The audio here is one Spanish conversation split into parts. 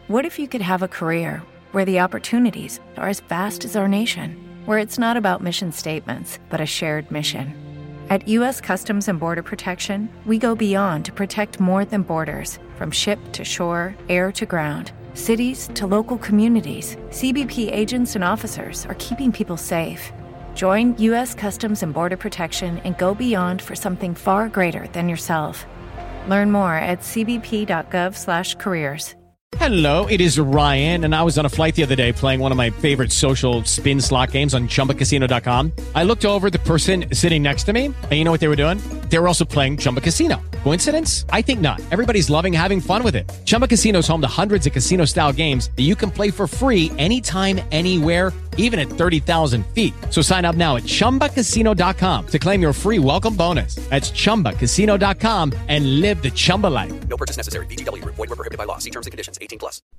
What if you could have a career where the opportunities are as vast as our nation, where it's not about mission statements, but a shared mission? At U.S. Customs and Border Protection, we go beyond to protect more than borders. From ship to shore, air to ground, cities to local communities, CBP agents and officers are keeping people safe. Join U.S. Customs and Border Protection and go beyond for something far greater than yourself. Learn more at cbp.gov/careers. Hello, it is Ryan, and I was on a flight the other day playing one of my favorite social spin slot games on ChumbaCasino.com. I looked over at the person sitting next to me, and you know what they were doing? They were also playing Chumba Casino. Coincidence? I think not. Everybody's loving having fun with it. Chumba Casino is home to hundreds of casino-style games that you can play for free anytime, anywhere, even at 30,000 feet. So sign up now at ChumbaCasino.com to claim your free welcome bonus. That's ChumbaCasino.com and live the Chumba life. No purchase necessary. VGW. Void where prohibited by law. See terms and conditions. 18+.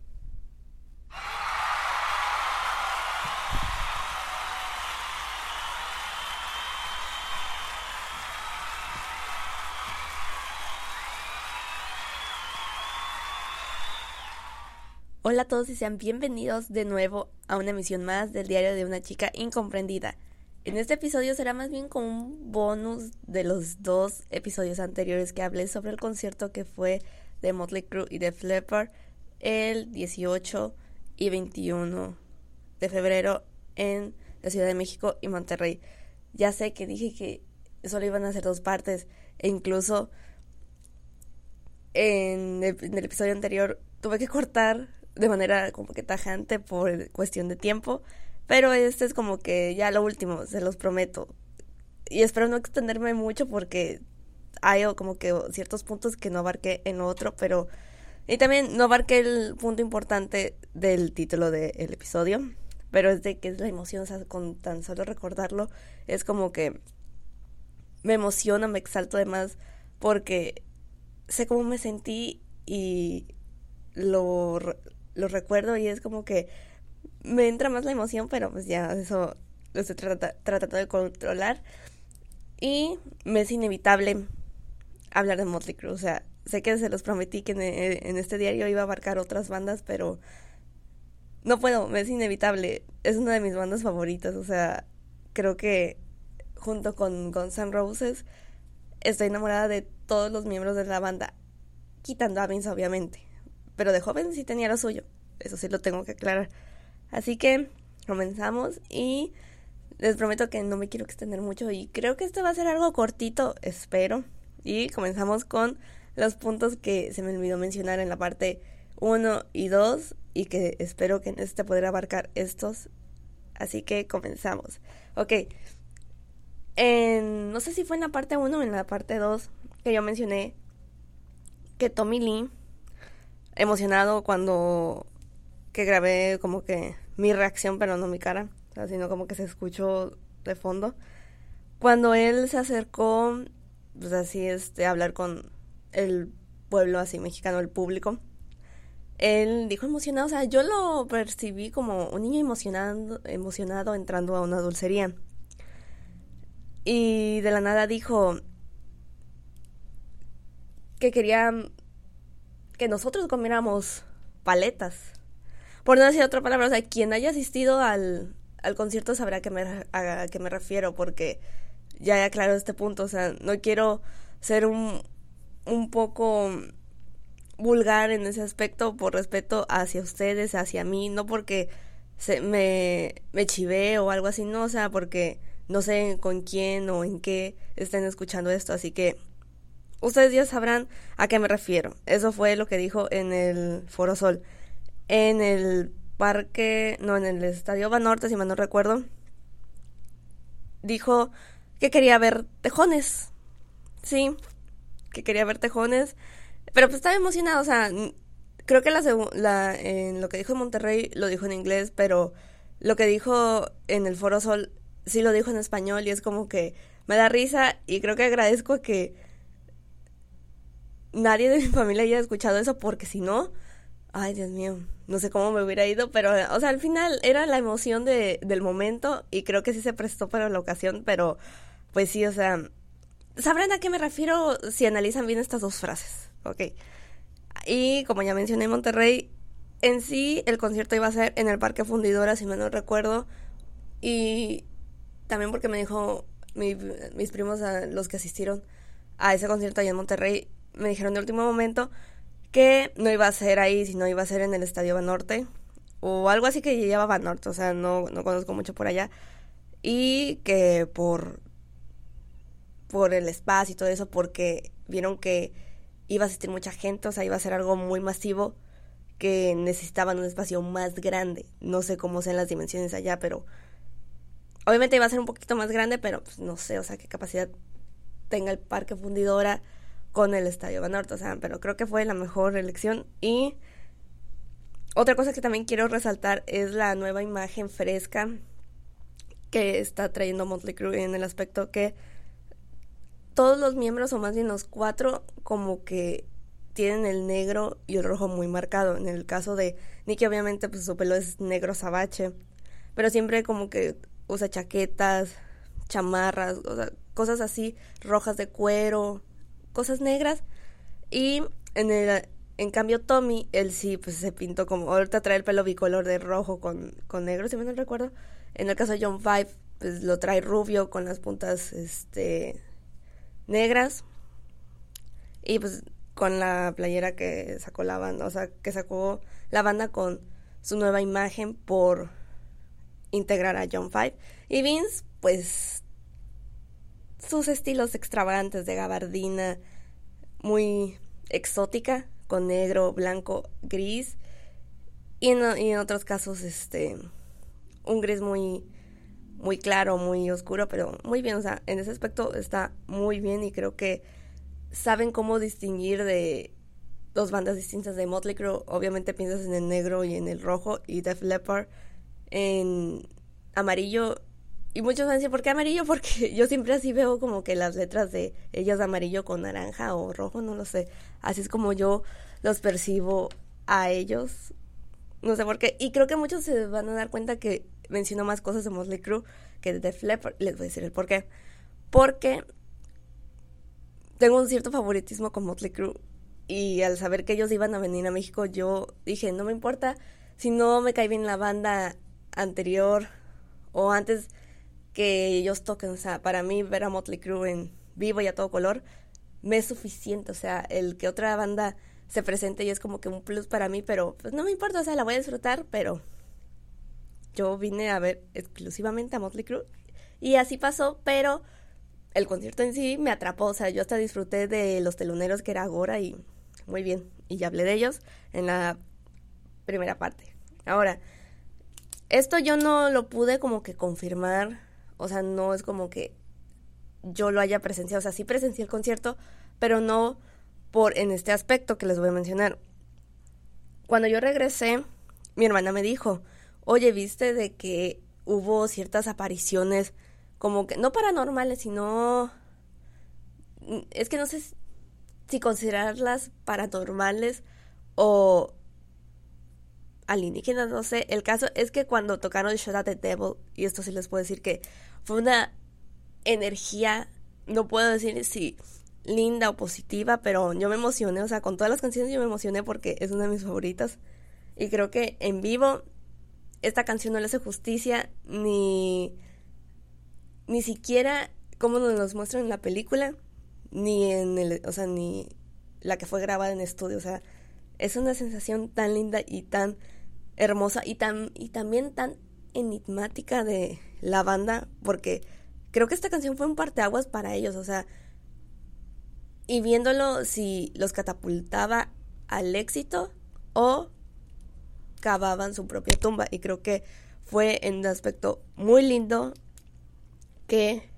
Hola a todos y sean bienvenidos de nuevo a una emisión más del diario de una chica incomprendida. En este episodio será más bien como un bonus de los dos episodios anteriores que hablé sobre el concierto que fue de Motley Crue y Def Leppard el 18 y 21 de febrero en la Ciudad de México y Monterrey. Ya sé que dije que solo iban a ser dos partes e incluso en el episodio anterior tuve que cortar de manera como que tajante por cuestión de tiempo, pero este es como que ya lo último, se los prometo. Y espero no extenderme mucho porque hay como que ciertos puntos que no abarqué en lo otro, pero y también no abarqué el punto importante del título del episodio, pero es de que es la emoción, o sea, con tan solo recordarlo es como que me emociona, me exalto además porque sé cómo me sentí y lo recuerdo y es como que me entra más la emoción, pero pues ya eso lo estoy tratando de controlar y me es inevitable hablar de Motley Crue. O sea, sé que se los prometí que en este diario iba a abarcar otras bandas, pero no puedo, me es inevitable. Es una de mis bandas favoritas, o sea, creo que junto con Guns N' Roses estoy enamorada de todos los miembros de la banda, quitando a Vince obviamente. Pero de joven sí tenía lo suyo, eso sí lo tengo que aclarar. Así que comenzamos y les prometo que no me quiero extender mucho y creo que esto va a ser algo cortito, espero. Y comenzamos con los puntos que se me olvidó mencionar en la parte 1 y 2 y que espero que en este podré abarcar estos. Así que comenzamos. Ok, no sé si fue en la parte 1 o en la parte 2 que yo mencioné que Tommy Lee, emocionado cuando que grabé como que mi reacción, pero no mi cara, o sea, sino como que se escuchó de fondo, cuando él se acercó, pues así, a hablar con el pueblo así mexicano, el público, él dijo emocionado, o sea, yo lo percibí como un niño emocionado entrando a una dulcería, y de la nada dijo que quería que nosotros comiéramos paletas, por no decir otra palabra. O sea, quien haya asistido al concierto sabrá a qué me refiero, porque ya he aclarado este punto. O sea, no quiero ser un poco vulgar en ese aspecto, por respeto hacia ustedes, hacia mí, no porque me chivé o algo así, no, o sea, porque no sé con quién o en qué estén escuchando esto, así que ustedes ya sabrán a qué me refiero. Eso fue lo que dijo en el Foro Sol. En el en el Estadio Banorte, si mal no recuerdo, dijo que quería ver tejones. Sí, que quería ver tejones. Pero pues estaba emocionado, o sea, creo que en lo que dijo en Monterrey lo dijo en inglés, pero lo que dijo en el Foro Sol sí lo dijo en español y es como que me da risa y creo que agradezco que nadie de mi familia haya escuchado eso, porque si no, ay Dios mío, no sé cómo me hubiera ido, pero o sea, al final era la emoción del momento y creo que sí se prestó para la ocasión, pero pues sí, o sea, sabrán a qué me refiero si analizan bien estas dos frases, ok. Y como ya mencioné, Monterrey En sí, el concierto iba a ser en el Parque Fundidora, si mal no recuerdo, y también porque me dijo mis primos, los que asistieron a ese concierto allá en Monterrey, me dijeron de último momento que no iba a ser ahí, sino iba a ser en el Estadio Banorte, o algo así que llevaba Banorte, o sea, no conozco mucho por allá, y que por el espacio y todo eso, porque vieron que iba a asistir mucha gente, o sea, iba a ser algo muy masivo, que necesitaban un espacio más grande. No sé cómo sean las dimensiones allá, pero obviamente iba a ser un poquito más grande, pero pues no sé, o sea, qué capacidad tenga el Parque Fundidora con el Estadio Banorte, o sea, pero creo que fue la mejor elección. Y otra cosa que también quiero resaltar es la nueva imagen fresca que está trayendo Motley Crue, en el aspecto que todos los miembros, o más bien los 4, como que tienen el negro y el rojo muy marcado. En el caso de Nicky, obviamente, pues su pelo es negro azabache, pero siempre como que usa chaquetas, chamarras, o sea, cosas así, rojas de cuero, cosas negras. Y en cambio Tommy, él sí, pues se pintó como, ahorita trae el pelo bicolor de rojo con negro, si me no recuerdo. En el caso de John Five, pues lo trae rubio con las puntas, negras. Y pues con la playera que sacó la banda, o sea, que sacó la banda con su nueva imagen por integrar a John Five. Y Vince, pues sus estilos extravagantes de gabardina, muy exótica, con negro, blanco, gris, y en otros casos un gris muy muy claro, muy oscuro, pero muy bien, o sea, en ese aspecto está muy bien, y creo que saben cómo distinguir de dos bandas distintas de Motley Crue. Obviamente piensas en el negro y en el rojo, y Def Leppard en amarillo. Y muchos van a decir, ¿por qué amarillo? Porque yo siempre así veo como que las letras de ellas de amarillo con naranja o rojo, no lo sé. Así es como yo los percibo a ellos. No sé por qué. Y creo que muchos se van a dar cuenta que menciono más cosas de Motley Crue que de Def Leppard. Les voy a decir el por qué. Porque tengo un cierto favoritismo con Motley Crue, y al saber que ellos iban a venir a México, yo dije, no me importa si no me cae bien la banda anterior o antes que ellos toquen. O sea, para mí ver a Motley Crue en vivo y a todo color me es suficiente. O sea, el que otra banda se presente y es como que un plus para mí, pero pues no me importa, o sea, la voy a disfrutar, pero yo vine a ver exclusivamente a Motley Crue, y así pasó. Pero el concierto en sí me atrapó, o sea, yo hasta disfruté de los teloneros, que era Agora, y muy bien, y ya hablé de ellos en la primera parte. Ahora, esto yo no lo pude como que confirmar, o sea, no es como que yo lo haya presenciado, o sea, sí presencié el concierto, pero no en este aspecto que les voy a mencionar. Cuando yo regresé, mi hermana me dijo, oye, ¿viste de que hubo ciertas apariciones como que no paranormales, sino, es que no sé si considerarlas paranormales o alienígenas, no sé? El caso es que cuando tocaron Shout at the Devil, y esto sí les puedo decir que fue una energía, no puedo decir si linda o positiva, pero yo me emocioné, o sea, con todas las canciones yo me emocioné porque es una de mis favoritas, y creo que en vivo esta canción no le hace justicia ni siquiera como nos los muestran en la película, ni ni la que fue grabada en estudio. O sea, es una sensación tan linda y tan hermosa y también tan enigmática de la banda, porque creo que esta canción fue un parteaguas para ellos, o sea, y viéndolo si los catapultaba al éxito o cavaban su propia tumba. Y creo que fue en un aspecto muy lindo que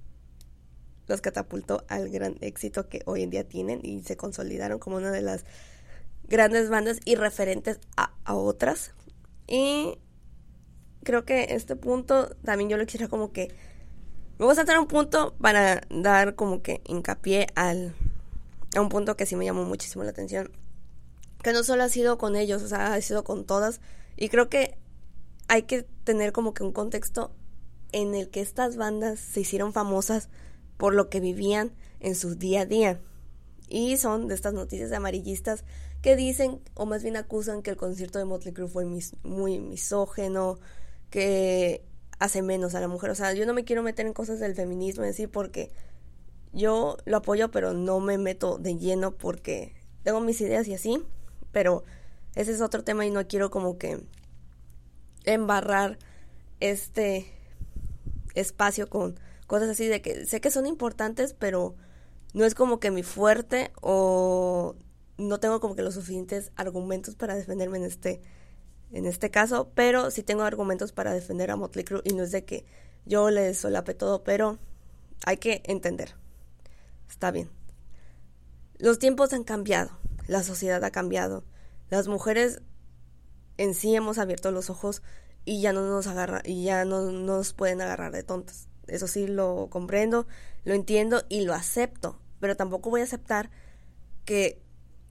los catapultó al gran éxito que hoy en día tienen, y se consolidaron como una de las grandes bandas y referentes a otras. Y creo que este punto también yo lo quisiera como que me voy a saltar un punto para dar como que hincapié a un punto que sí me llamó muchísimo la atención, que no solo ha sido con ellos, o sea, ha sido con todas, y creo que hay que tener como que un contexto en el que estas bandas se hicieron famosas por lo que vivían en su día a día, y son de estas noticias amarillistas que dicen, o más bien acusan, que el concierto de Motley Crue fue muy misógeno, que hace menos a la mujer. O sea, yo no me quiero meter en cosas del feminismo, es decir, porque yo lo apoyo, pero no me meto de lleno porque tengo mis ideas y así, pero ese es otro tema y no quiero como que embarrar este espacio con cosas así de que sé que son importantes, pero no es como que mi fuerte o no tengo como que los suficientes argumentos para defenderme en este caso, pero sí tengo argumentos para defender a Motley Crue y no es de que yo le solape todo, pero hay que entender. Está bien. Los tiempos han cambiado, la sociedad ha cambiado, las mujeres en sí hemos abierto los ojos y ya no nos pueden agarrar de tontas. Eso sí lo comprendo, lo entiendo y lo acepto, pero tampoco voy a aceptar que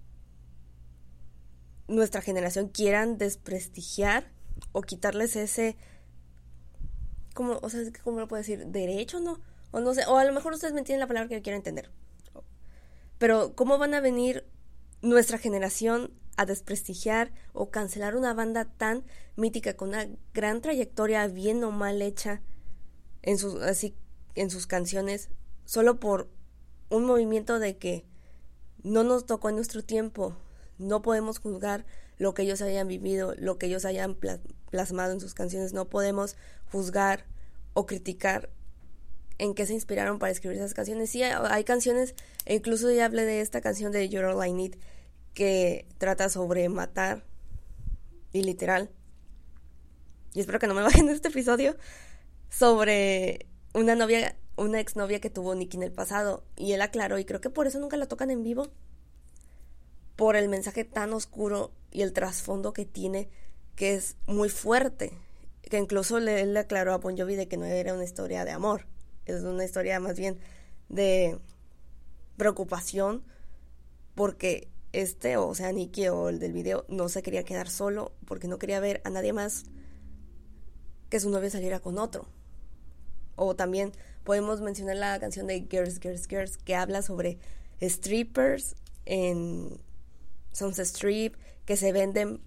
nuestra generación quieran desprestigiar o quitarles ese, ¿cómo lo puedo decir? ¿Derecho, no? O no sé, o a lo mejor ustedes me entienden la palabra que yo quiero entender. Pero ¿cómo van a venir nuestra generación a desprestigiar o cancelar una banda tan mítica con una gran trayectoria bien o mal hecha en sus canciones solo por un movimiento de que no nos tocó en nuestro tiempo? No podemos juzgar lo que ellos hayan vivido, lo que ellos hayan plasmado en sus canciones. No podemos juzgar o criticar en qué se inspiraron para escribir esas canciones. Sí, hay canciones, e incluso ya hablé de esta canción de You're All I Need, que trata sobre matar, y literal, y espero que no me bajen de este episodio, sobre una exnovia que tuvo Nicky en el pasado, y él aclaró, y creo que por eso nunca la tocan en vivo, por el mensaje tan oscuro y el trasfondo que tiene, que es muy fuerte, que incluso él le aclaró a Bon Jovi de que no era una historia de amor, es una historia más bien de preocupación, porque Nicky o el del video no se quería quedar solo, porque no quería ver a nadie más que su novio saliera con otro. O también podemos mencionar la canción de Girls, Girls, Girls, que habla sobre strippers en Sunset Strip, que se venden,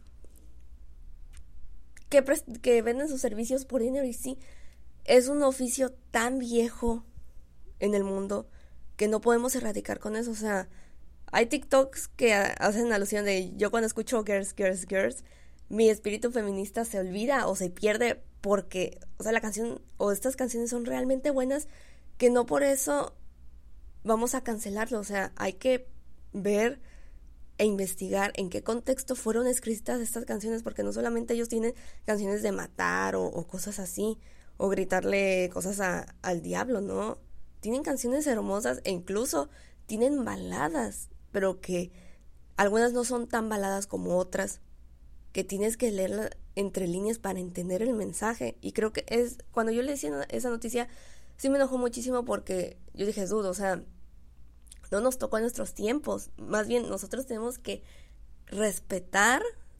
que venden sus servicios por dinero. Y sí, es un oficio tan viejo en el mundo que no podemos erradicar con eso. O sea, hay TikToks que hacen alusión de, yo cuando escucho Girls, Girls, Girls, mi espíritu feminista se olvida o se pierde porque, o sea, la canción o estas canciones son realmente buenas, que no por eso vamos a cancelarlo. O sea, hay que ver e investigar en qué contexto fueron escritas estas canciones, porque no solamente ellos tienen canciones de matar o cosas así, o gritarle cosas al diablo, ¿no? Tienen canciones hermosas e incluso tienen baladas, pero que algunas no son tan baladas como otras, que tienes que leerlas entre líneas para entender el mensaje. Y creo que cuando yo le decía esa noticia, sí me enojó muchísimo porque yo dije, dudo, o sea, no nos tocó en nuestros tiempos, más bien nosotros tenemos que respetar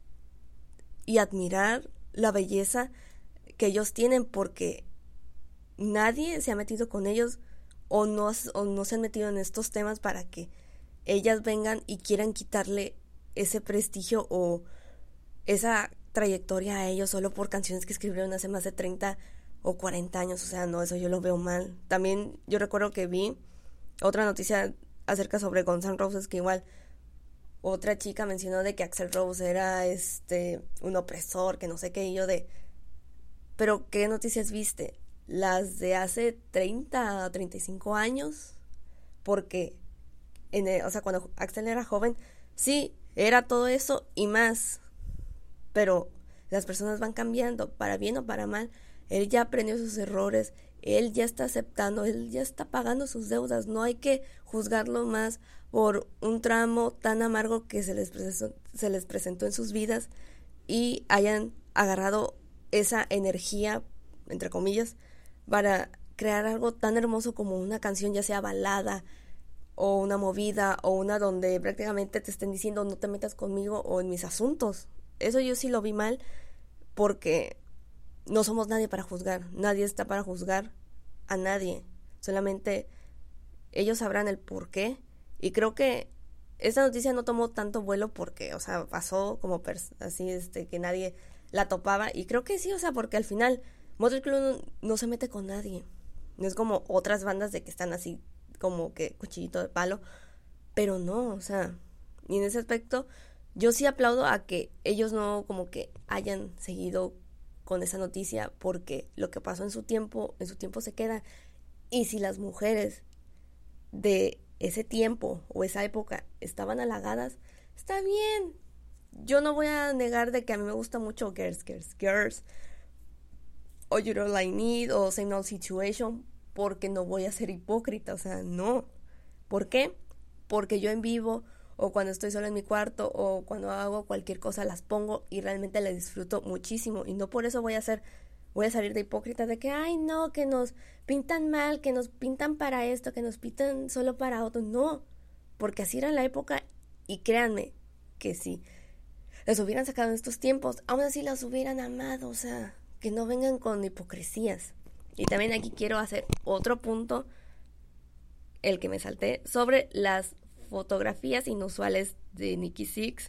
y admirar la belleza que ellos tienen, porque nadie se ha metido con ellos o no se han metido en estos temas para que ellas vengan y quieran quitarle ese prestigio o esa trayectoria a ellos solo por canciones que escribieron hace más de 30 o 40 años. O sea, no, eso yo lo veo mal. También yo recuerdo que vi otra noticia acerca sobre Guns N' Roses, que igual otra chica mencionó de que Axl Rose era un opresor, que no sé qué, y yo pero ¿qué noticias viste? Las de hace 30 o 35 años, porque o sea, cuando Axl era joven, sí, era todo eso y más, pero las personas van cambiando, para bien o para mal. Él ya aprendió sus errores, él ya está aceptando, él ya está pagando sus deudas. No hay que juzgarlo más por un tramo tan amargo que se les presentó en sus vidas y hayan agarrado esa energía, entre comillas, para crear algo tan hermoso como una canción, ya sea balada o una movida o una donde prácticamente te estén diciendo no te metas conmigo o en mis asuntos. Eso yo sí lo vi mal, porque no somos nadie para juzgar, nadie está para juzgar a nadie, solamente ellos sabrán el por qué. Y creo que esta noticia no tomó tanto vuelo porque, o sea, pasó como así, que nadie la topaba. Y creo que sí, o sea, porque al final Motley Crue no se mete con nadie. No es como otras bandas de que están así como que cuchillito de palo. Pero no, o sea, y en ese aspecto yo sí aplaudo a que ellos no como que hayan seguido con esa noticia, porque lo que pasó en su tiempo se queda. Y si las mujeres de ese tiempo o esa época estaban halagadas, está bien. Yo no voy a negar de que a mí me gusta mucho Girls, o You Don't Like Me, o Same Old Situation, porque no voy a ser hipócrita, o sea, no. ¿Por qué? Porque yo en vivo, o cuando estoy sola en mi cuarto, o cuando hago cualquier cosa, las pongo y realmente las disfruto muchísimo, y no por eso voy a salir de hipócrita de que, ay, no, que nos pintan mal, que nos pintan para esto, que nos pintan solo para otro. No, porque así era la época, y créanme que si las hubieran sacado en estos tiempos, aún así las hubieran amado, o sea, que no vengan con hipocresías. Y también aquí quiero hacer otro punto, el que me salté, sobre las fotografías inusuales de Nikki Sixx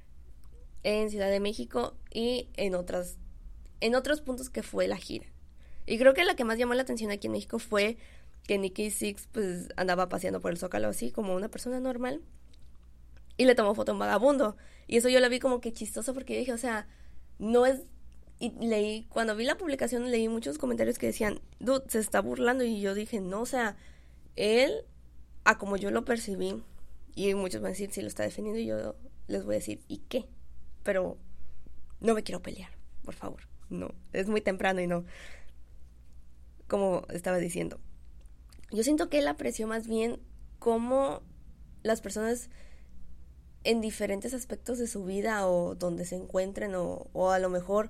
en Ciudad de México y en otros puntos que fue la gira. Y creo que la que más llamó la atención aquí en México fue que Nikki Sixx pues andaba paseando por el Zócalo así como una persona normal y le tomó foto a un vagabundo. Y eso yo lo vi como que chistoso, porque yo dije, o sea, no es... Y cuando vi la publicación leí muchos comentarios que decían, dude, se está burlando. Y yo dije, no, o sea, él, a como yo lo percibí, y muchos van a decir, si lo está defendiendo, y yo les voy a decir, ¿y qué? Pero no me quiero pelear, por favor. No, es muy temprano y no. Como estaba diciendo, yo siento que él apreció más bien cómo las personas en diferentes aspectos de su vida o donde se encuentren o a lo mejor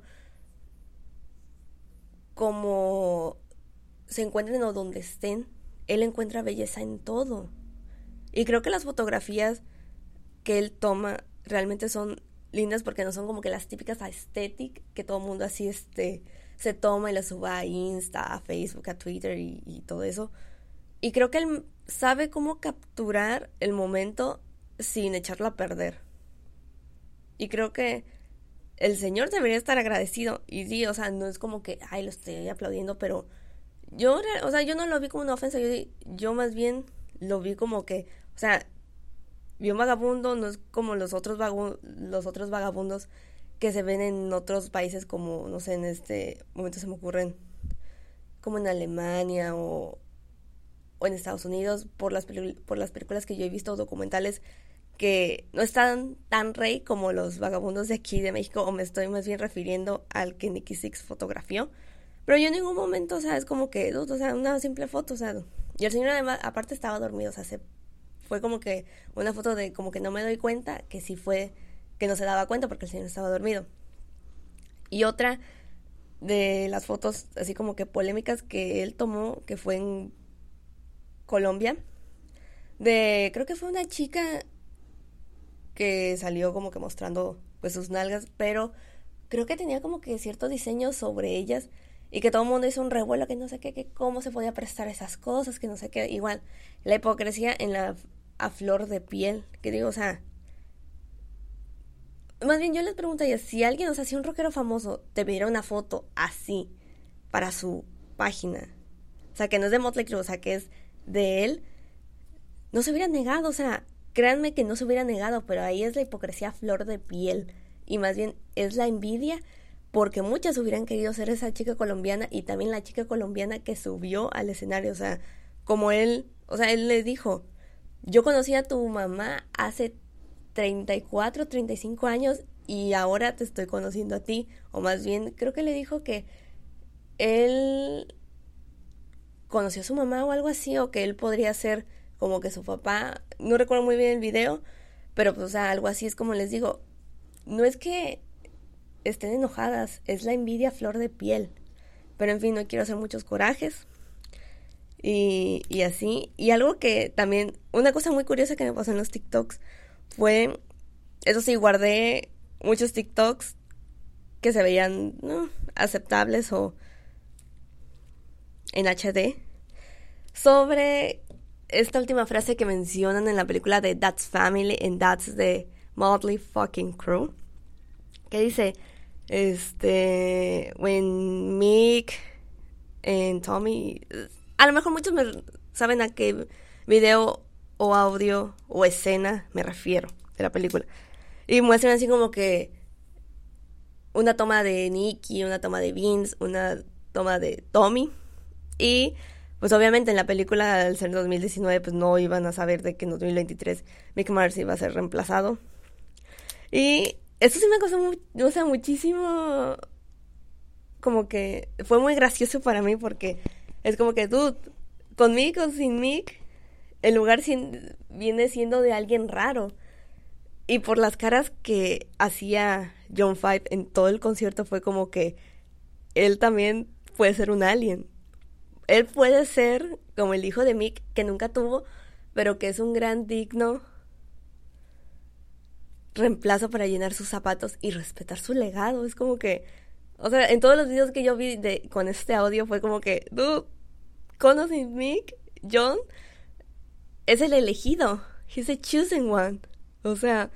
como se encuentren o donde estén, él encuentra belleza en todo. Y creo que las fotografías que él toma realmente son lindas, porque no son como que las típicas aesthetic que todo el mundo así se toma y las suba a Insta, a Facebook, a Twitter y todo eso. Y creo que él sabe cómo capturar el momento sin echarlo a perder. Y creo que el señor debería estar agradecido. Y sí, o sea, no es como que, ay, lo estoy aplaudiendo, pero yo no lo vi como una ofensa. Yo más bien lo vi como que, o sea, vi un vagabundo, no es como los otros vagabundos que se ven en otros países, como, no sé, en este momento se me ocurren, como en Alemania o en Estados Unidos, por las películas que yo he visto, documentales, que no están tan rey como los vagabundos de aquí de México, o me estoy más bien refiriendo al que Nikki Sixx fotografió. Pero yo en ningún momento, o sea, es como que, o sea, una simple foto, o sea, y el señor además, aparte estaba dormido, o sea, fue como que una foto de como que no me doy cuenta, que sí fue, que no se daba cuenta porque el señor estaba dormido. Y otra de las fotos así como que polémicas que él tomó, que fue en Colombia, creo que fue una chica que salió como que mostrando pues sus nalgas, pero creo que tenía como que cierto diseño sobre ellas, y que todo el mundo hizo un revuelo, que no sé qué, que cómo se podía prestar esas cosas, que no sé qué. Igual, la hipocresía a flor de piel, que digo, o sea, más bien yo les preguntaría, si alguien, o sea, si un rockero famoso te pidiera una foto así para su página, o sea, que no es de Motley Crue, o sea, que es de él, no se hubiera negado, o sea, créanme que no se hubiera negado, pero ahí es la hipocresía a flor de piel, y más bien es la envidia, porque muchas hubieran querido ser esa chica colombiana, y también la chica colombiana que subió al escenario, o sea, como él, o sea, él le dijo, yo conocí a tu mamá hace 34, 35 años y ahora te estoy conociendo a ti, o más bien creo que le dijo que él conoció a su mamá o algo así, o que él podría ser como que su papá, no recuerdo muy bien el video, pero pues, o sea, algo así. Es como les digo, no es que estén enojadas, es la envidia a flor de piel. Pero en fin, no quiero hacer muchos corajes y así. Y algo que también, una cosa muy curiosa que me pasó en los TikToks fue, eso sí, guardé muchos TikToks que se veían aceptables o en HD, sobre esta última frase que mencionan en la película de That's Family and That's the Motley Fucking Crew, que dice, when Mick and Tommy, a lo mejor muchos saben a qué video o audio o escena me refiero de la película, y muestran así como que una toma de Nicky, una toma de Vince, una toma de Tommy, y pues obviamente en la película, al ser 2019, pues no iban a saber de que en 2023 Mick Mars iba a ser reemplazado. Y esto sí me causó muchísimo, como que fue muy gracioso para mí, porque es como que, dude, con Mick o sin Mick, el lugar viene siendo de alguien raro. Y por las caras que hacía John Five en todo el concierto, fue como que él también puede ser un alien. Él puede ser como el hijo de Mick, que nunca tuvo, pero que es un gran digno reemplazo para llenar sus zapatos y respetar su legado. Es como que, o sea, en todos los videos que yo vi con este audio fue como que, dude, ¿conoces Mick? John es el elegido. He's the chosen one. O sea,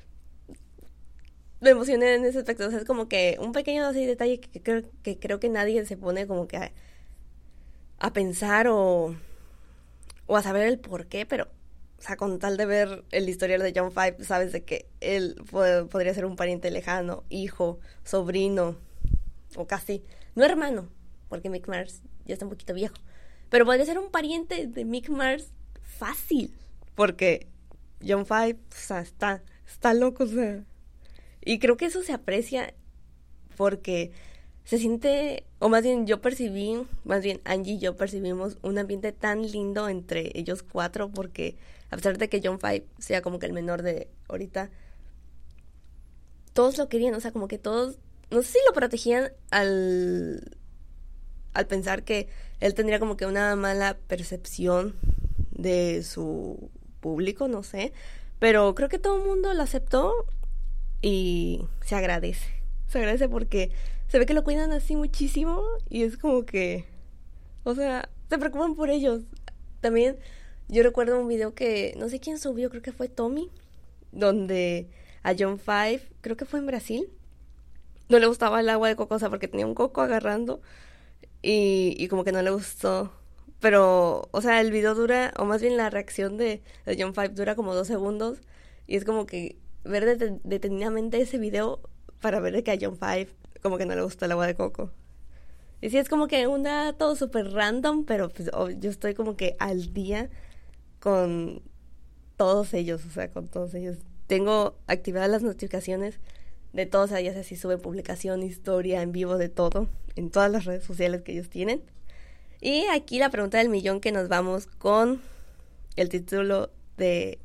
me emocioné en ese aspecto. O sea, es como que un pequeño así detalle que creo que nadie se pone como que a pensar o a saber el por qué, pero, o sea, con tal de ver el historial de John Five, sabes de que él podría ser un pariente lejano, hijo, sobrino, o casi, no hermano, porque Mick Mars ya está un poquito viejo, pero podría ser un pariente de Mick Mars fácil, porque John Five, o sea, está loco, o sea, y creo que eso se aprecia porque se siente, o más bien Angie y yo percibimos un ambiente tan lindo entre ellos cuatro, porque a pesar de que John Five sea como que el menor de ahorita, todos lo querían, o sea, como que todos, no sé si lo protegían al pensar que él tendría como que una mala percepción de su público, no sé, pero creo que todo el mundo lo aceptó y se agradece porque se ve que lo cuidan así muchísimo y es como que, o sea, se preocupan por ellos. También yo recuerdo un video que no sé quién subió, creo que fue Tommy, donde a John Five, creo que fue en Brasil, no le gustaba el agua de coco, o sea, porque tenía un coco agarrando y como que no le gustó. Pero, o sea, el video dura, o más bien la reacción de John Five dura como 2 segundos y es como que ver detenidamente ese video para ver que a John Five como que no le gusta el agua de coco. Y sí, es como que un dato súper random, pero pues yo estoy como que al día con todos ellos, o sea, con todos ellos. Tengo activadas las notificaciones de todos, ya sea si suben publicación, historia, en vivo, de todo, en todas las redes sociales que ellos tienen. Y aquí la pregunta del millón, que nos vamos con el título del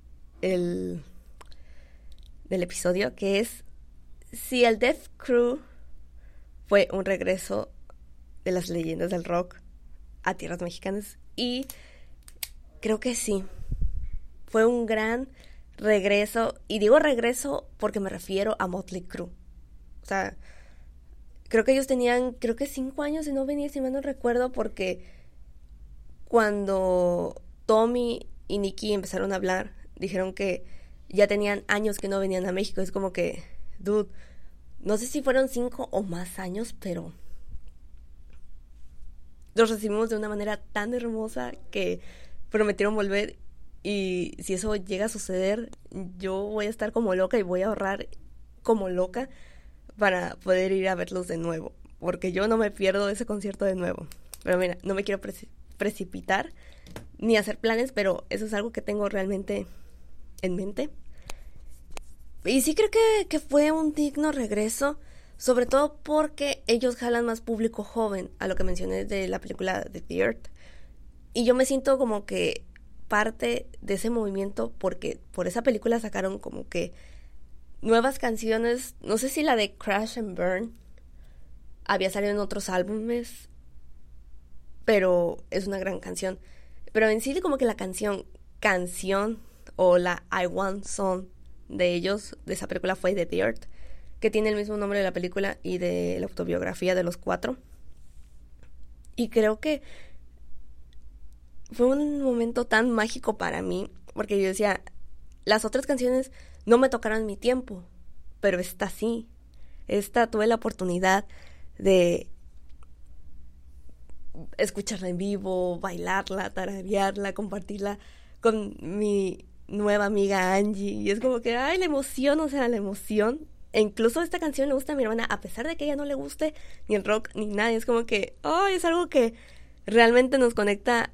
episodio, que es: si el Death Crew fue un regreso de las leyendas del rock a tierras mexicanas. Y creo que sí, fue un gran regreso, y digo regreso porque me refiero a Motley Crue. O sea, creo que ellos tenían, creo que 5 años de no venir, si mal no recuerdo, porque cuando Tommy y Nicky empezaron a hablar, dijeron que ya tenían años que no venían a México. Es como que, dude, no sé si fueron 5 o más años, pero los recibimos de una manera tan hermosa que prometieron volver. Y si eso llega a suceder, yo voy a estar como loca y voy a ahorrar como loca para poder ir a verlos de nuevo, porque yo no me pierdo ese concierto de nuevo. Pero mira, no me quiero precipitar ni hacer planes, pero eso es algo que tengo realmente en mente. Y sí creo que fue un digno regreso, sobre todo porque ellos jalan más público joven, a lo que mencioné de la película de The Earth. Y yo me siento como que parte de ese movimiento, porque por esa película sacaron como que nuevas canciones. No sé si la de Crash and Burn había salido en otros álbumes, pero es una gran canción. Pero en sí como que la canción o la I Want Song de ellos, de esa película, fue de The Earth, que tiene el mismo nombre de la película y de la autobiografía de los 4. Y creo que fue un momento tan mágico para mí, porque yo decía, las otras canciones no me tocaron mi tiempo, pero esta sí. Esta tuve la oportunidad de escucharla en vivo, bailarla, tararearla, compartirla con mi nueva amiga Angie. Y es como que, ay, la emoción, o sea, la emoción. E incluso esta canción le gusta a mi hermana, a pesar de que a ella no le guste ni el rock ni nada. Es como que, ay, es algo que realmente nos conecta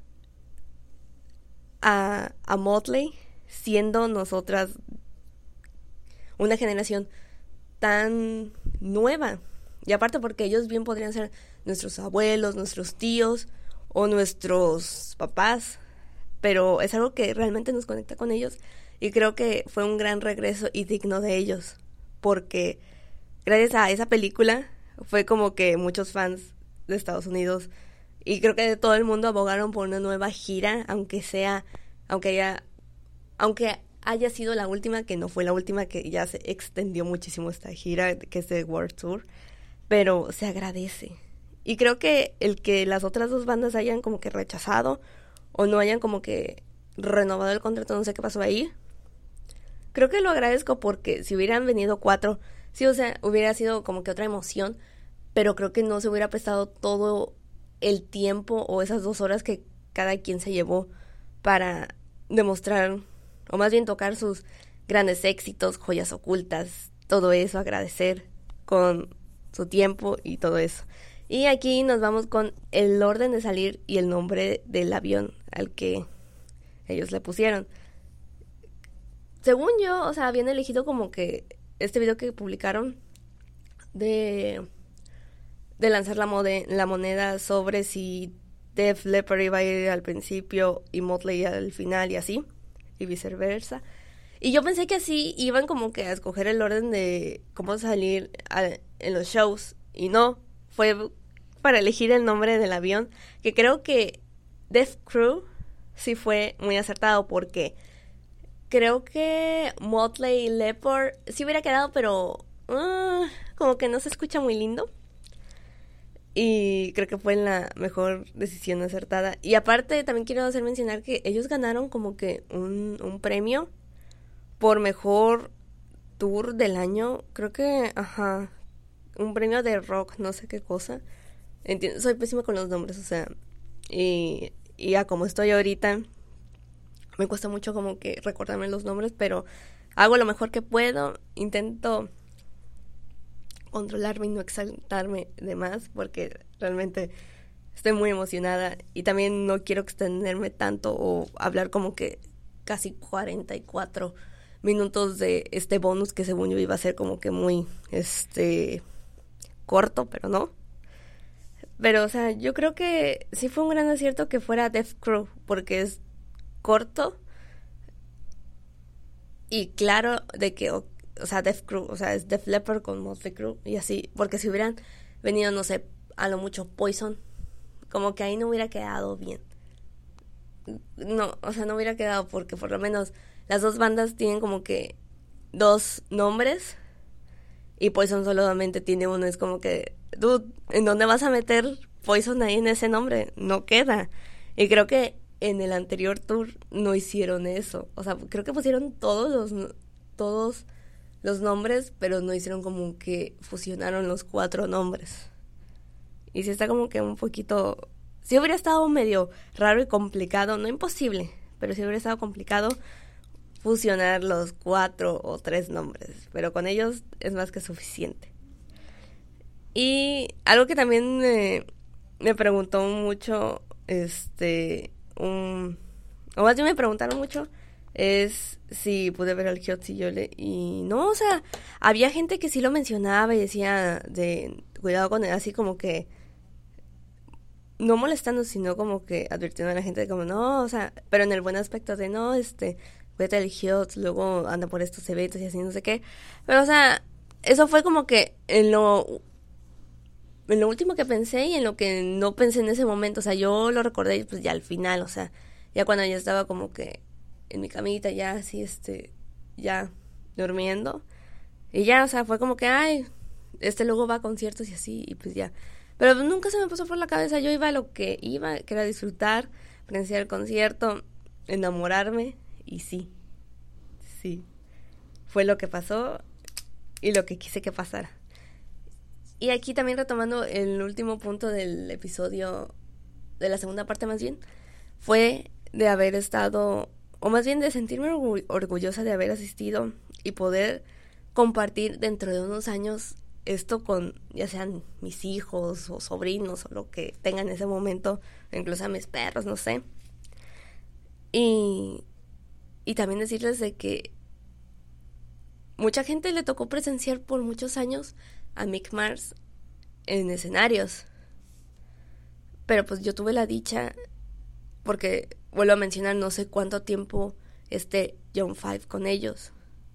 a Motley, siendo nosotras una generación tan nueva. Y aparte porque ellos bien podrían ser nuestros abuelos, nuestros tíos o nuestros papás, pero es algo que realmente nos conecta con ellos y creo que fue un gran regreso y digno de ellos, porque gracias a esa película fue como que muchos fans de Estados Unidos y creo que de todo el mundo abogaron por una nueva gira, aunque haya sido la última, que no fue la última, que ya se extendió muchísimo esta gira, que es el World Tour, pero se agradece. Y creo que el que las otras dos bandas hayan como que rechazado o no hayan como que renovado el contrato, no sé qué pasó ahí, creo que lo agradezco, porque si hubieran venido 4, sí, o sea, hubiera sido como que otra emoción, pero creo que no se hubiera prestado todo el tiempo o esas 2 horas que cada quien se llevó para demostrar, o más bien tocar sus grandes éxitos, joyas ocultas, todo eso, agradecer con su tiempo y todo eso. Y aquí nos vamos con el orden de salir y el nombre del avión al que ellos le pusieron. Según yo, o sea, habían elegido como que este video que publicaron de lanzar la moneda sobre si Def Leppard iba a ir al principio y Motley al final y así, y viceversa. Y yo pensé que así iban como que a escoger el orden de cómo salir en los shows, y no, fue para elegir el nombre del avión, que creo que Death Crew sí fue muy acertado, porque creo que Motley y Leppard sí hubiera quedado, pero como que no se escucha muy lindo. Y creo que fue la mejor decisión acertada. Y aparte también quiero hacer mencionar que ellos ganaron como que un premio por mejor tour del año. Creo que, un premio de rock, no sé qué cosa. Entiendo, soy pésima con los nombres, o sea, y a como estoy ahorita, me cuesta mucho como que recordarme los nombres, pero hago lo mejor que puedo, intento controlarme y no exaltarme de más, porque realmente estoy muy emocionada y también no quiero extenderme tanto o hablar como que casi 44 minutos de este bonus que según yo iba a ser como que muy corto, pero no. Pero, o sea, yo creo que sí fue un gran acierto que fuera Death Crew, porque es corto y claro de que, o sea, Death Crew, o sea, es Def Leppard con Motley Crue y así, porque si hubieran venido, no sé, a lo mucho Poison, como que ahí no hubiera quedado bien. No, o sea, no hubiera quedado, porque por lo menos las dos bandas tienen como que 2 nombres y Poison solamente tiene uno. Es como que, dude, ¿en dónde vas a meter Poison ahí en ese nombre? No queda. Y creo que en el anterior tour no hicieron eso. O sea, creo que pusieron todos los nombres, pero no hicieron como que fusionaron los 4 nombres. Y sí está como que un poquito... Sí hubiera estado medio raro y complicado, no imposible, pero sí hubiera estado complicado fusionar los 4 o 3 nombres, pero con ellos es más que suficiente. Y algo que también me preguntó mucho, o más bien me preguntaron mucho, es si pude ver al Hyotsi Yole, y no, o sea, había gente que sí lo mencionaba y decía de cuidado con él, así como que no molestando, sino como que advirtiendo a la gente de como no, o sea, pero en el buen aspecto de no, cuídate del Hyotsi, luego anda por estos eventos y así, no sé qué. Pero, o sea, eso fue como que en lo último que pensé y en lo que no pensé en ese momento. O sea, yo lo recordé pues ya al final, o sea, ya cuando ya estaba como que en mi camita, ya así, ya durmiendo. Y ya, o sea, fue como que, ay, luego va a conciertos y así, y pues ya. Pero nunca se me pasó por la cabeza, yo iba a lo que iba, que era disfrutar, presenciar el concierto, enamorarme, y sí, fue lo que pasó y lo que quise que pasara. Y aquí también retomando el último punto del episodio, de la segunda parte más bien, fue de haber estado, o más bien de sentirme orgullosa de haber asistido y poder compartir dentro de unos años esto con, ya sean mis hijos o sobrinos o lo que tengan en ese momento, incluso a mis perros, no sé. Y también decirles de que mucha gente le tocó presenciar por muchos años a Mick Mars en escenarios. Pero pues yo tuve la dicha, porque vuelvo a mencionar, no sé cuánto tiempo esté John 5 con ellos.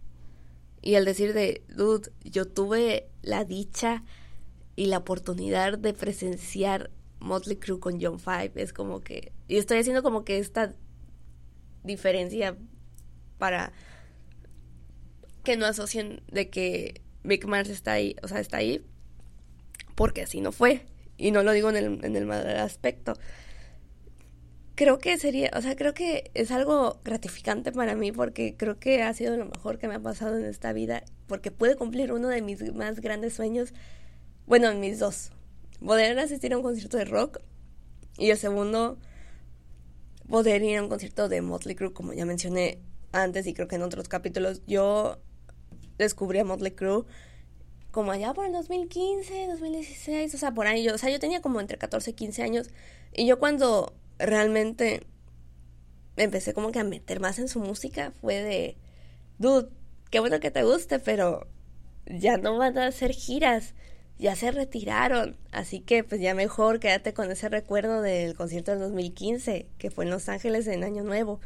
Y al decir de, dude, yo tuve la dicha y la oportunidad de presenciar Motley Crue con John 5, es como que, y estoy haciendo como que esta diferencia para que no asocien de que Mick Mars está ahí, o sea, está ahí porque así no fue, y no lo digo en el mal aspecto. Creo que sería, o sea, creo que es algo gratificante para mí, porque creo que ha sido lo mejor que me ha pasado en esta vida, porque pude cumplir uno de mis más grandes sueños, bueno, mis dos, poder asistir a un concierto de rock, y el segundo, poder ir a un concierto de Motley Crue, como ya mencioné antes y creo que en otros capítulos. Yo descubrí a Motley Crue como allá por el 2015, 2016, o sea, por ahí. Yo tenía como entre 14 y 15 años, y yo cuando realmente me empecé como que a meter más en su música fue de, dude, qué bueno que te guste, pero ya no van a hacer giras, ya se retiraron, así que pues ya mejor quédate con ese recuerdo del concierto del 2015, que fue en Los Ángeles en Año Nuevo.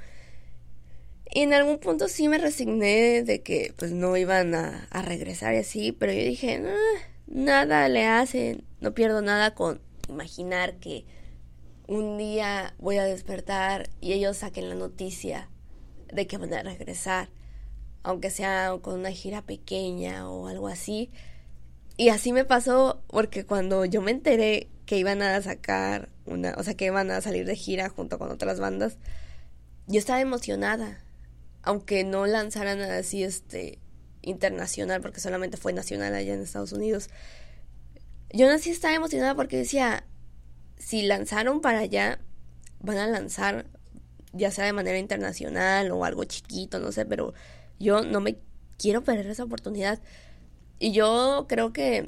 Y en algún punto sí me resigné de que pues no iban a regresar y así, pero yo dije, nada le hacen, no pierdo nada con imaginar que un día voy a despertar y ellos saquen la noticia de que van a regresar, aunque sea con una gira pequeña o algo así. Y así me pasó, porque cuando yo me enteré que iban a sacar que iban a salir de gira junto con otras bandas, yo estaba emocionada, aunque no lanzaran así internacional, porque solamente fue nacional allá en Estados Unidos. Yo así estaba emocionada porque decía, si lanzaron para allá, van a lanzar ya sea de manera internacional o algo chiquito, no sé, pero yo no me quiero perder esa oportunidad. Y yo creo que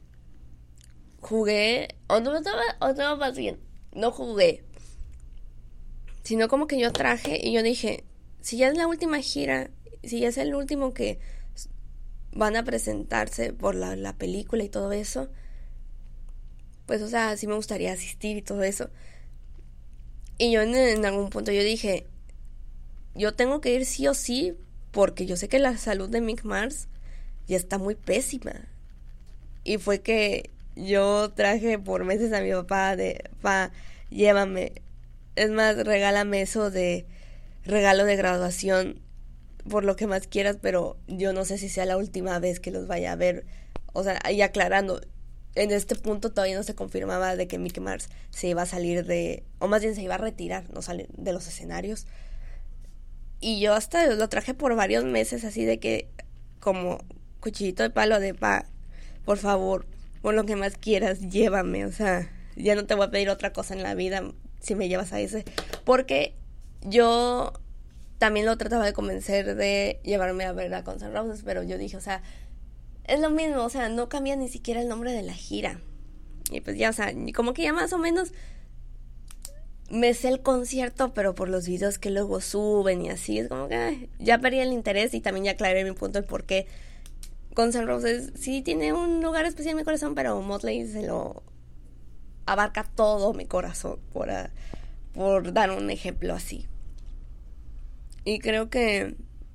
jugué, no, más bien, no jugué, sino como que yo traje y yo dije, si ya es la última gira, si ya es el último que van a presentarse por la película y todo eso, pues, o sea, sí me gustaría asistir y todo eso. Y yo en algún punto yo dije, yo tengo que ir sí o sí, porque yo sé que la salud de Mick Mars ya está muy pésima. Y fue que yo traje por meses a mi papá llévame, es más, regálame eso de regalo de graduación, por lo que más quieras, pero yo no sé si sea la última vez que los vaya a ver. O sea, y aclarando, en este punto todavía no se confirmaba de que Mick Mars se iba a salir o más bien se iba a retirar, no salir de los escenarios. Y yo hasta lo traje por varios meses, así de que, como cuchillito de palo de por favor, por lo que más quieras, llévame. O sea, ya no te voy a pedir otra cosa en la vida si me llevas a ese. Porque yo también lo trataba de convencer de llevarme a ver a Guns N' Roses, pero yo dije, o sea, es lo mismo, o sea, no cambia ni siquiera el nombre de la gira. Y pues ya, o sea, como que ya más o menos me sé el concierto, pero por los videos que luego suben y así, es como que ya perdí el interés. Y también ya aclaré mi punto de por qué Guns N' Roses sí tiene un lugar especial en mi corazón, pero Motley se lo abarca todo mi corazón, por dar un ejemplo así. Y creo que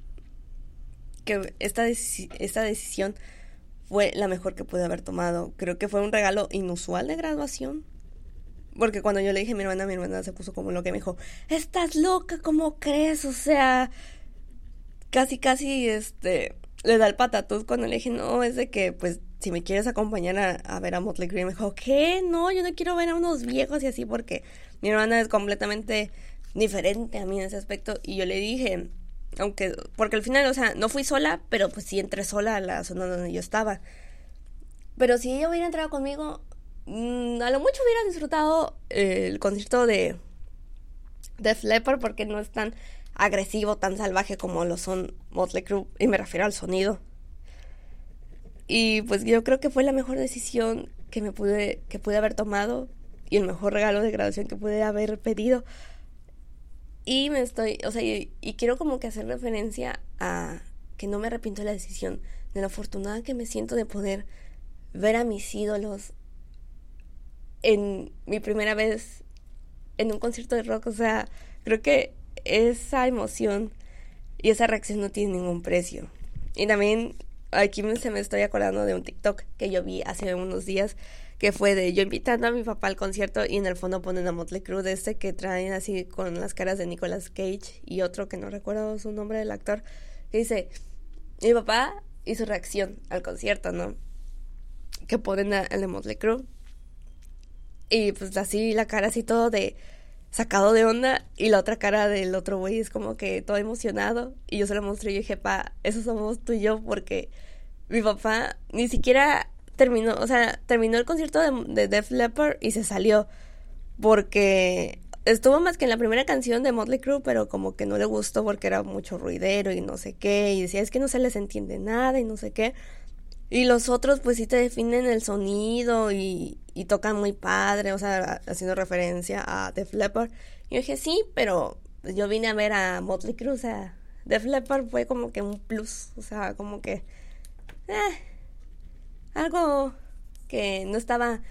esta decisión fue la mejor que pude haber tomado. Creo que fue un regalo inusual de graduación, porque cuando yo le dije a mi hermana se puso como loca y me dijo, ¿estás loca? ¿Cómo crees? O sea, casi le da el patatús cuando le dije, no, es de que, pues, si me quieres acompañar a ver a Motley Crue. Me dijo, ¿qué? No, yo no quiero ver a unos viejos y así, porque mi hermana es completamente diferente a mí en ese aspecto. Y yo le dije, aunque, porque al final, o sea, no fui sola, pero pues sí entré sola a la zona donde yo estaba. Pero si ella hubiera entrado conmigo, a lo mucho hubiera disfrutado el concierto de Def Leppard, porque no es tan agresivo, tan salvaje como lo son Motley Crue, y me refiero al sonido. Y pues yo creo que fue la mejor decisión que pude haber tomado, y el mejor regalo de graduación que pude haber pedido. Y y quiero como que hacer referencia a que no me arrepiento de la decisión, de lo afortunada que me siento de poder ver a mis ídolos en mi primera vez en un concierto de rock. O sea, creo que esa emoción y esa reacción no tiene ningún precio. Y también aquí se me estoy acordando de un TikTok que yo vi hace unos días, que fue de yo invitando a mi papá al concierto, y en el fondo ponen a Motley Crue, de que traen así con las caras de Nicolas Cage y otro que no recuerdo su nombre del actor, que dice, mi papá y su reacción al concierto, ¿no? Que ponen al de Motley Crue, y pues así la cara así todo de sacado de onda, y la otra cara del otro güey es como que todo emocionado, y yo se lo mostré y yo dije, pa, eso somos tú y yo, porque mi papá ni siquiera terminó el concierto de Def Leppard y se salió, porque estuvo más que en la primera canción de Motley Crue, pero como que no le gustó porque era mucho ruidero y no sé qué, y decía, es que no se les entiende nada y no sé qué. Y los otros pues sí te definen el sonido y tocan muy padre, o sea, haciendo referencia a Def Leppard. Y yo dije, sí, pero yo vine a ver a Motley Crue, o sea, Def Leppard fue como que un plus, o sea, como que algo que no estaba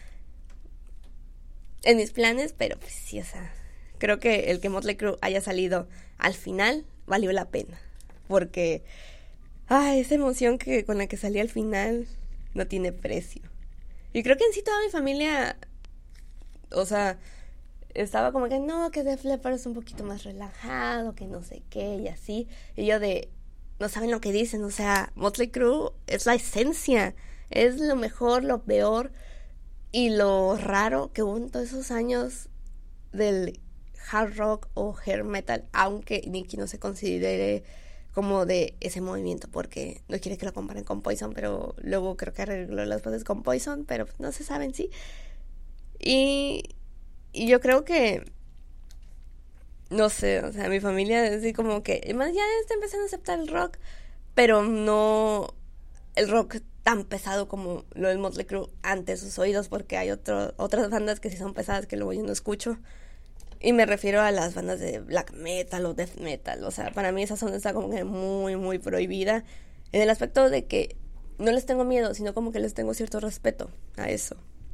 en mis planes, pero pues sí, o sea, creo que el que Motley Crue haya salido al final valió la pena, porque esa emoción con la que salí al final no tiene precio. Y creo que en sí toda mi familia, o sea, estaba como que no, que Def Leppard es un poquito más relajado, que no sé qué, y así. Y yo no saben lo que dicen, o sea, Motley Crue es la esencia, es lo mejor, lo peor y lo raro que hubo en todos esos años del hard rock o hair metal, aunque Nicky no se considere como de ese movimiento, porque no quiere que lo comparen con Poison, pero luego creo que arregló las cosas con Poison, pero no se saben, sí. Y yo creo que, no sé, o sea, mi familia es así como que, además ya está empezando a aceptar el rock, pero no el rock tan pesado como lo del Motley Crue ante sus oídos, porque hay otras bandas que sí son pesadas que luego yo no escucho. Y me refiero a las bandas de black metal o death metal. O sea, para mí esa zona está como que muy, muy prohibida. En el aspecto de que no les tengo miedo, sino como que les tengo cierto respeto a eso.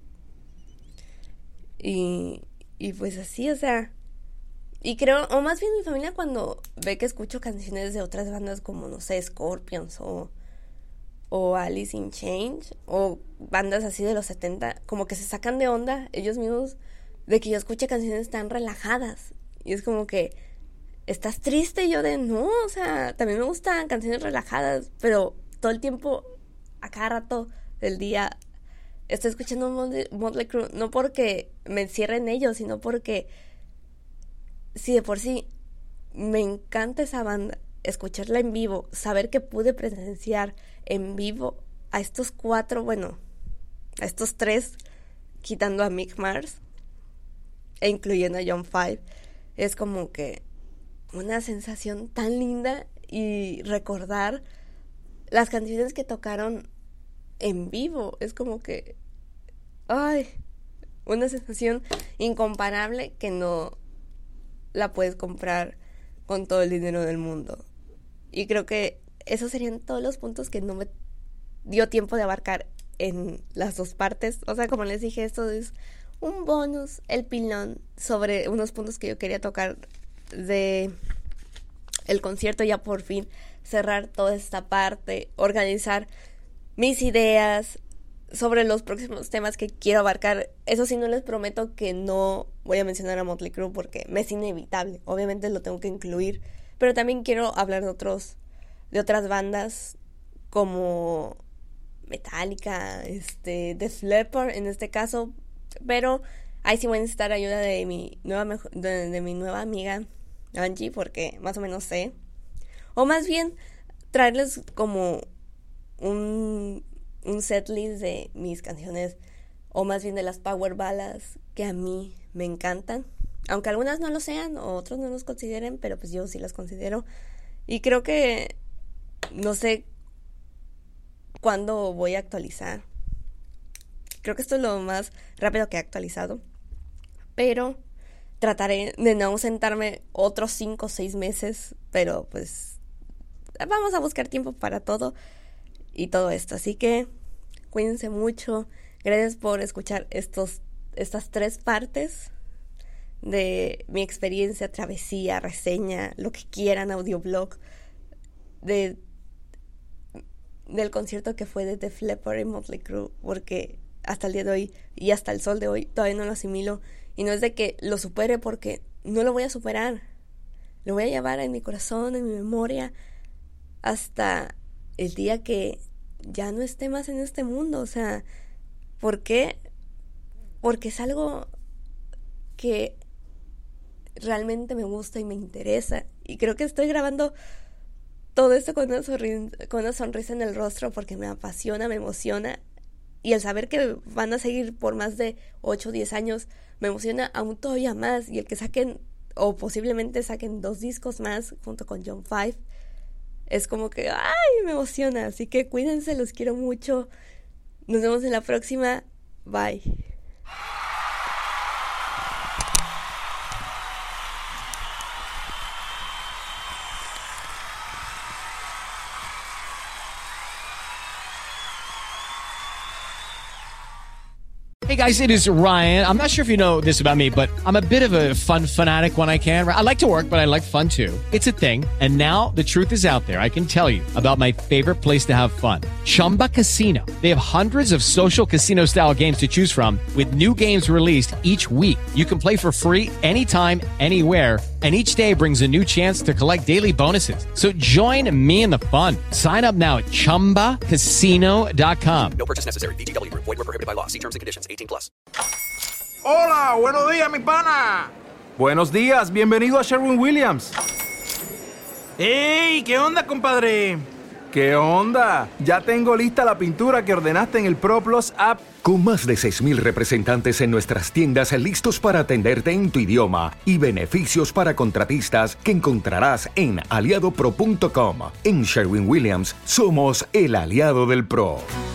Y pues así, o sea. Y creo, o más bien mi familia cuando ve que escucho canciones de otras bandas como, no sé, Scorpions o Alice in Chains, o bandas así de los 70, como que se sacan de onda ellos mismos de que yo escuche canciones tan relajadas. Y es como que, ¿estás triste? Y yo no, o sea, también me gustan canciones relajadas, pero todo el tiempo, a cada rato del día, estoy escuchando Motley Crue, no porque me encierre en ellos, sino porque, si de por sí me encanta esa banda, escucharla en vivo, saber que pude presenciar en vivo a estos 4, bueno, a estos 3, quitando a Mick Mars e incluyendo a John Five, es como que una sensación tan linda, y recordar las canciones que tocaron en vivo es como que una sensación incomparable que no la puedes comprar con todo el dinero del mundo. Y creo que esos serían todos los puntos que no me dio tiempo de abarcar en las dos partes. O sea, como les dije, esto es un bonus, el pilón, sobre unos puntos que yo quería tocar de el concierto, ya por fin cerrar toda esta parte, organizar mis ideas sobre los próximos temas que quiero abarcar. Eso sí, no les prometo que no voy a mencionar a Motley Crue porque me es inevitable, obviamente lo tengo que incluir, pero también quiero hablar de otras bandas como Metallica, Def Leppard en este caso, pero ahí sí voy a necesitar ayuda de mi nueva amiga Angie, porque más o menos sé. O más bien, traerles como un setlist de mis canciones, o más bien de las power ballads que a mí me encantan. Aunque algunas no lo sean, o otros no los consideren, pero pues yo sí las considero. Y creo que no sé cuándo voy a actualizar. Creo que esto es lo más rápido que he actualizado. Pero trataré de no ausentarme otros 5 o 6 meses. Pero pues vamos a buscar tiempo para todo y todo esto. Así que cuídense mucho. Gracias por escuchar estas 3 partes de mi experiencia, travesía, reseña, lo que quieran, audioblog, del concierto que fue de Def Leppard y Motley Crue, porque hasta el día de hoy y hasta el sol de hoy todavía no lo asimilo, y no es de que lo supere, porque no lo voy a superar, lo voy a llevar en mi corazón, en mi memoria, hasta el día que ya no esté más en este mundo. O sea, ¿por qué? Porque es algo que realmente me gusta y me interesa, y creo que estoy grabando todo esto con una sonrisa en el rostro, porque me apasiona, me emociona, y el saber que van a seguir por más de 8 o 10 años me emociona aún todavía más, y el que saquen, o posiblemente saquen 2 discos más junto con John 5, es como que ¡ay! Me emociona. Así que cuídense, los quiero mucho, nos vemos en la próxima, bye. Hey guys, it is Ryan. I'm not sure if you know this about me, but I'm a bit of a fun fanatic when I can. I like to work, but I like fun too. It's a thing. And now the truth is out there. I can tell you about my favorite place to have fun. Chumba Casino. They have hundreds of social casino style games to choose from with new games released each week. You can play for free anytime, anywhere. And each day brings a new chance to collect daily bonuses. So join me in the fun. Sign up now at ChumbaCasino.com. No purchase necessary. VGW Group. Void where prohibited by law. See terms and conditions. 18+. Hola, buenos días, mi pana. Buenos días, bienvenido a Sherwin-Williams. ¡Ey! ¿Qué onda, compadre? ¿Qué onda? Ya tengo lista la pintura que ordenaste en el ProPlus app. Con más de 6,000 representantes en nuestras tiendas listos para atenderte en tu idioma y beneficios para contratistas que encontrarás en aliadopro.com. En Sherwin-Williams somos el aliado del pro.